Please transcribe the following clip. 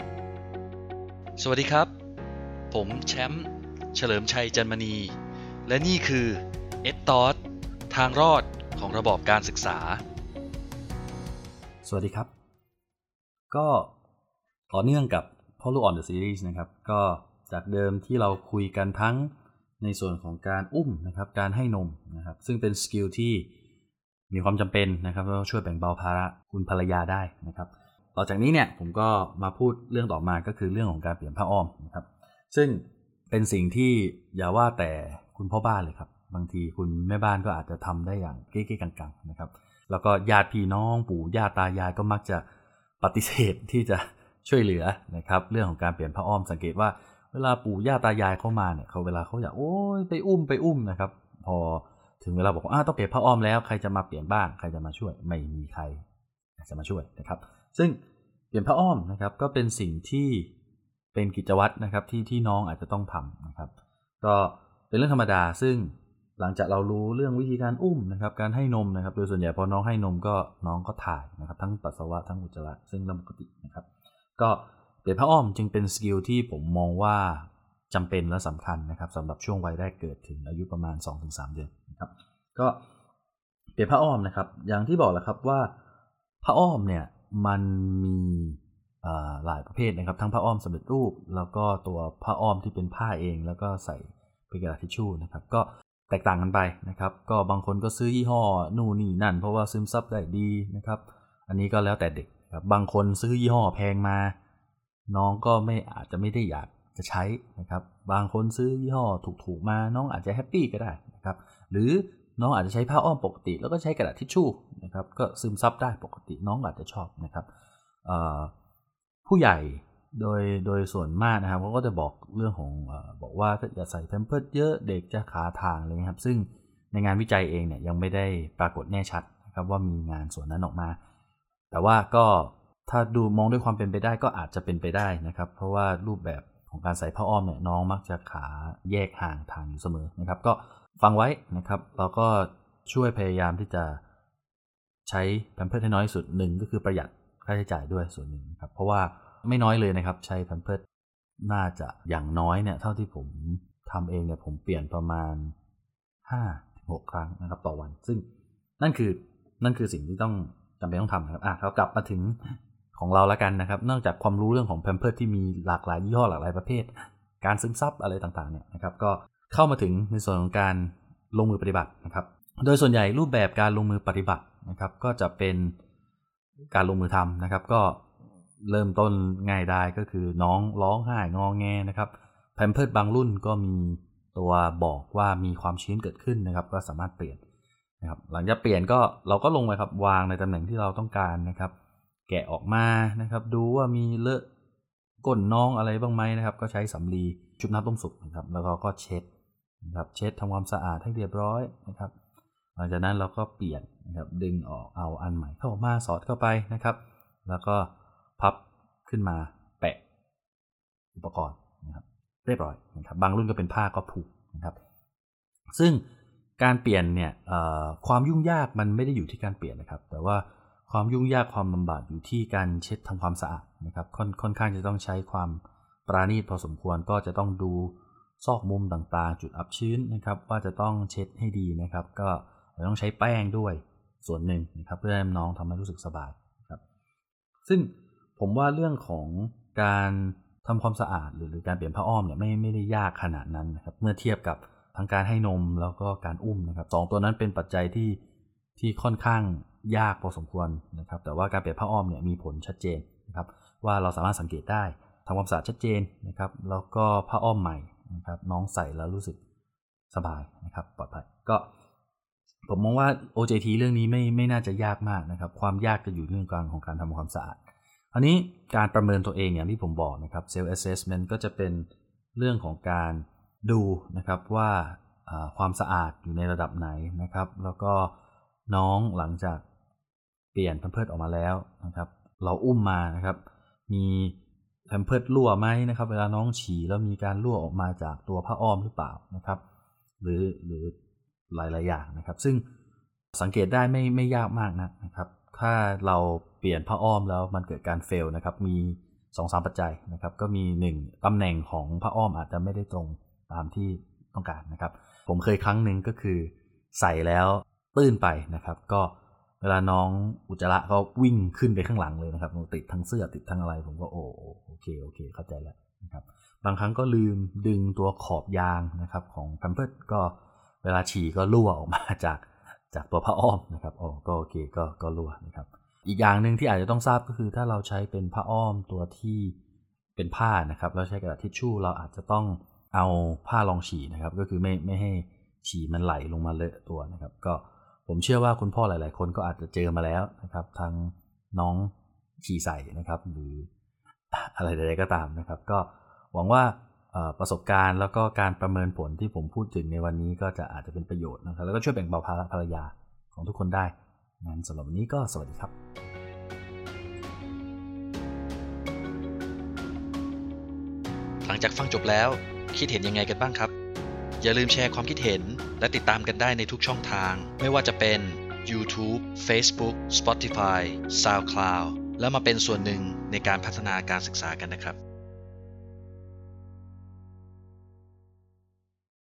สวัสดีครับผมแชมป์เฉลิมชัยจันมณีและนี่คือเอ็ดทอสทางรอดของระบอบการศึกษาสวัสดีครับก็ต่อเนื่องกับพ่อลูกอ่อน The Series นะครับก็จากเดิมที่เราคุยกันทั้งในส่วนของการอุ้มนะครับการให้นมนะครับซึ่งเป็นสกิลที่มีความจำเป็นนะครับแล้วช่วยแบ่งเบาภาระคุณภรรยาได้นะครับต่อจากนี้เนี่ยผมก็มาพูดเรื่องต่อมาก็คือเรื่องของการเปลี่ยนผ้าอ้อมนะครับซึ่งเป็นสิ่งที่อย่าว่าแต่คุณพ่อบ้านเลยครับบางทีคุณแม่บ้านก็อาจจะทำได้อย่างเก๊ๆกังๆนะครับแล้วก็ญาติพี่น้องปู่ย่าตายายก็มักจะปฏิเสธที่จะช่วยเหลือนะครับเรื่องของการเปลี่ยนผ้าอ้อมสังเกตว่าเวลาปู่ย่าตายายเข้ามาเนี่ยเวลาเขาอยากโอ้ยไปอุ้มนะครับพอถึงเวลาบอกว่าต้องเปลี่ยนผ้าอ้อมแล้วใครจะมาเปลี่ยนบ้างใครจะมาช่วยไม่มีใครจะมาช่วยนะครับซึ่งเปลี่ยนผ้าอ้อมนะครับก็เป็นสิ่งที่เป็นกิจวัตรนะครับที่น้องอาจจะต้องทำนะครับก็เป็นเรื่องธรรมดาซึ่งหลังจากเรารู้เรื่องวิธีการอุ้มนะครับการให้นมนะครับโดยส่วนใหญ่พอน้องให้นมก็น้องก็ถ่ายนะครับทั้งปัสสาวะทั้งอุจจาระซึ่งเรื่องปกตินะครับก็เปลี่ยนผ้าอ้อมจึงเป็นสกิลที่ผมมองว่าจำเป็นและสำคัญนะครับสำหรับช่วงวัยแรกเกิดถึงอายุประมาณ 2-3 เดือนนะครับก็เปลี่ยนผ้าอ้อมนะครับอย่างที่บอกแล้วครับว่าผ้าอ้อมเนี่ยมันมีหลายประเภทนะครับทั้งผ้าอ้อมสำเร็จรูปแล้วก็ตัวผ้าอ้อมที่เป็นผ้าเองแล้วก็ใส่เป็นกระดาษทิชชู่นะครับก็แตกต่างกันไปนะครับก็บางคนก็ซื้อยี่ห้อนู่นนี่นั่นเพราะว่าซึมซับได้ดีนะครับอันนี้ก็แล้วแต่เด็กครับบางคนซื้อยี่ห้อแพงมาน้องก็อาจจะไม่ได้อยากจะใช้นะครับบางคนซื้อยี่ห้อถูกๆมาน้องอาจจะแฮปปี้ก็ได้นะครับหรือน้องอาจจะใช้ผ้าอ้อมปกติแล้วก็ใช้กระดาษทิชชู่นะครับก็ซึมซับได้ปกติน้องอาจจะชอบนะครับผู้ใหญ่โดยส่วนมากนะครับเขาก็จะบอกเรื่องของบอกว่าอย่าใส่แพมเพิร์สเยอะเด็กจะขาทางอะไรครับซึ่งในงานวิจัยเองเนี่ยยังไม่ได้ปรากฏแน่ชัดนะครับว่ามีงานส่วนนั้นออกมาแต่ว่าก็ถ้าดูมองด้วยความเป็นไปได้ก็อาจจะเป็นไปได้นะครับเพราะว่ารูปแบบของการใส่ผ้าอ้อมเนี่ยน้องมักจะขาแยกห่างทางอยู่เสมอนะครับก็ฟังไว้นะครับเราก็ช่วยพยายามที่จะใช้แพมเพิร์สให้น้อยที่สุดหนึ่งก็คือประหยัดค่าใช้จ่ายด้วยส่วนหนึ่งนะครับเพราะว่าไม่น้อยเลยนะครับใช้แพมเพิร์สน่าจะอย่างน้อยเนี่ยเท่าที่ผมทำเองเนี่ยผมเปลี่ยนประมาณ 5-6 ครั้งนะครับต่อวันซึ่งนั่นคือสิ่งที่ต้องจำเป็นต้องทำนะครับเรากลับมาถึงของเราแล้วกันนะครับนอกจากความรู้เรื่องของแพมเพิร์สที่มีหลากหลายยี่ห้อหลากหลายประเภทการซึมซับอะไรต่างๆเนี่ยนะครับก็เข้ามาถึงในส่วนของการลงมือปฏิบัตินะครับโดยส่วนใหญ่รูปแบบการลงมือปฏิบัตินะครับก็จะเป็นการลงมือทำนะครับก็เริ่มต้นง่ายได้ก็คือน้องร้องไห้งอแงนะครับแพมเพิร์สบางรุ่นก็มีตัวบอกว่ามีความชื้นเกิดขึ้นนะครับก็สามารถเปลี่ยนนะครับหลังจากเปลี่ยนก็เราก็ลงไปครับวางในตำแหน่งที่เราต้องการนะครับแกะออกมานะครับดูว่ามีเลอะก้นน้องอะไรบ้างไหมนะครับก็ใช้สำลีชุบน้ำต้มสุกนะครับแล้วก็เช็ดนะครับเช็ดทำความสะอาดให้เรียบร้อยนะครับหลังจากนั้นเราก็เปลี่ยนนะครับดึงออกเอาอันใหม่เข้ามาสอดเข้าไปนะครับแล้วก็พับขึ้นมาแปะอุปกรณ์นะครับเรียบร้อยนะครับบางรุ่นก็เป็นผ้าก็ผูกนะครับซึ่งการเปลี่ยนเนี่ยความยุ่งยากมันไม่ได้อยู่ที่การเปลี่ยนนะครับแต่ว่าความยุ่งยากความลำบากอยู่ที่การเช็ดทำความสะอาดนะครับค่อนข้างจะต้องใช้ความปราณีตพอสมควรก็จะต้องดูซอกมุมต่างๆจุดอับชื้นนะครับว่าจะต้องเช็ดให้ดีนะครับก็ต้องใช้แป้งด้วยส่วนหนึ่งนะครับเพื่อให้น้องทำให้รู้สึกสบายครับซึ่งผมว่าเรื่องของการทำความสะอาดหรือการเปลี่ยนผ้าอ้อมเนี่ยไม่ได้ยากขนาดนั้นนะครับเมื่อเทียบกับทั้งการให้นมแล้วก็การอุ้มนะครับสองตัวนั้นเป็นปัจจัยที่ค่อนข้างยากพอสมควรนะครับแต่ว่าการเปลี่ยนผ้าอ้อมเนี่ยมีผลชัดเจนนะครับว่าเราสามารถสังเกตได้ทำความสะอาดชัดเจนนะครับแล้วก็ผ้าอ้อมใหม่นะครับน้องใส่แล้วรู้สึกสบายนะครับปลอดภัยก็ผมมองว่า OJT เรื่องนี้ไม่น่าจะยากมากนะครับความยากจะอยู่เรื่องการของการทำความสะอาดอันนี้การประเมินตัวเองอย่างที่ผมบอกนะครับ self assessment ก็จะเป็นเรื่องของการดูนะครับว่าความสะอาดอยู่ในระดับไหนนะครับแล้วก็น้องหลังจากเปลี่ยนแพมเพิร์สออกมาแล้วนะครับเราอุ้มมานะครับมีแพมเพิร์สรั่วไหมนะครับเวลาน้องฉี่แล้วมีการรั่วออกมาจากตัวผ้าอ้อมหรือเปล่านะครับหรือหลายๆอย่างนะครับซึ่งสังเกตได้ไม่ยากมากนะครับถ้าเราเปลี่ยนผ้าอ้อมแล้วมันเกิดการเฟลนะครับมี 2-3 ปัจจัยนะครับก็มี 1 ตำแหน่งของผ้าอ้อมอาจจะไม่ได้ตรงตามที่ต้องการนะครับผมเคยครั้งหนึ่งก็คือใส่แล้วตื้นไปนะครับก็เวลาน้องอุจจาระก็วิ่งขึ้นไปข้างหลังเลยนะครับติดทั้งเสื้อติดทั้งอะไรผมก็โอเคเข้าใจแล้วนะครับบางครั้งก็ลืมดึงตัวขอบยางนะครับของแพมเพิร์สก็เวลาฉี่ก็รั่วออกมาจากตัวผ้าอ้อมนะครับก็โอเคก็รั่วนะครับอีกอย่างนึงที่อาจจะต้องทราบก็คือถ้าเราใช้เป็นผ้าอ้อมตัวที่เป็นผ้านะครับแล้วใช้กระดาษทิชชู่เราอาจจะต้องเอาผ้ารองฉี่นะครับก็คือไม่ให้ฉี่มันไหลลงมาเลอะตัวนะครับก็ผมเชื่อว่าคุณพ่อหลายๆคนก็อาจจะเจอมาแล้วนะครับทั้งน้องฉี่ใส่นะครับหรืออะไรใดๆก็ตามนะครับก็หวังว่าประสบการณ์แล้วก็การประเมินผลที่ผมพูดถึงในวันนี้ก็อาจจะเป็นประโยชน์นะครับแล้วก็ช่วยแบ่งเบาภาระภรรยาของทุกคนได้งั้นสำหรับวันนี้ก็สวัสดีครับหลังจากฟังจบแล้วคิดเห็นยังไงกันบ้างครับอย่าลืมแชร์ความคิดเห็นและติดตามกันได้ในทุกช่องทางไม่ว่าจะเป็น YouTube, Facebook, Spotify, SoundCloud แล้วมาเป็นส่วนหนึ่งในการพัฒนาการศึกษากันนะครับ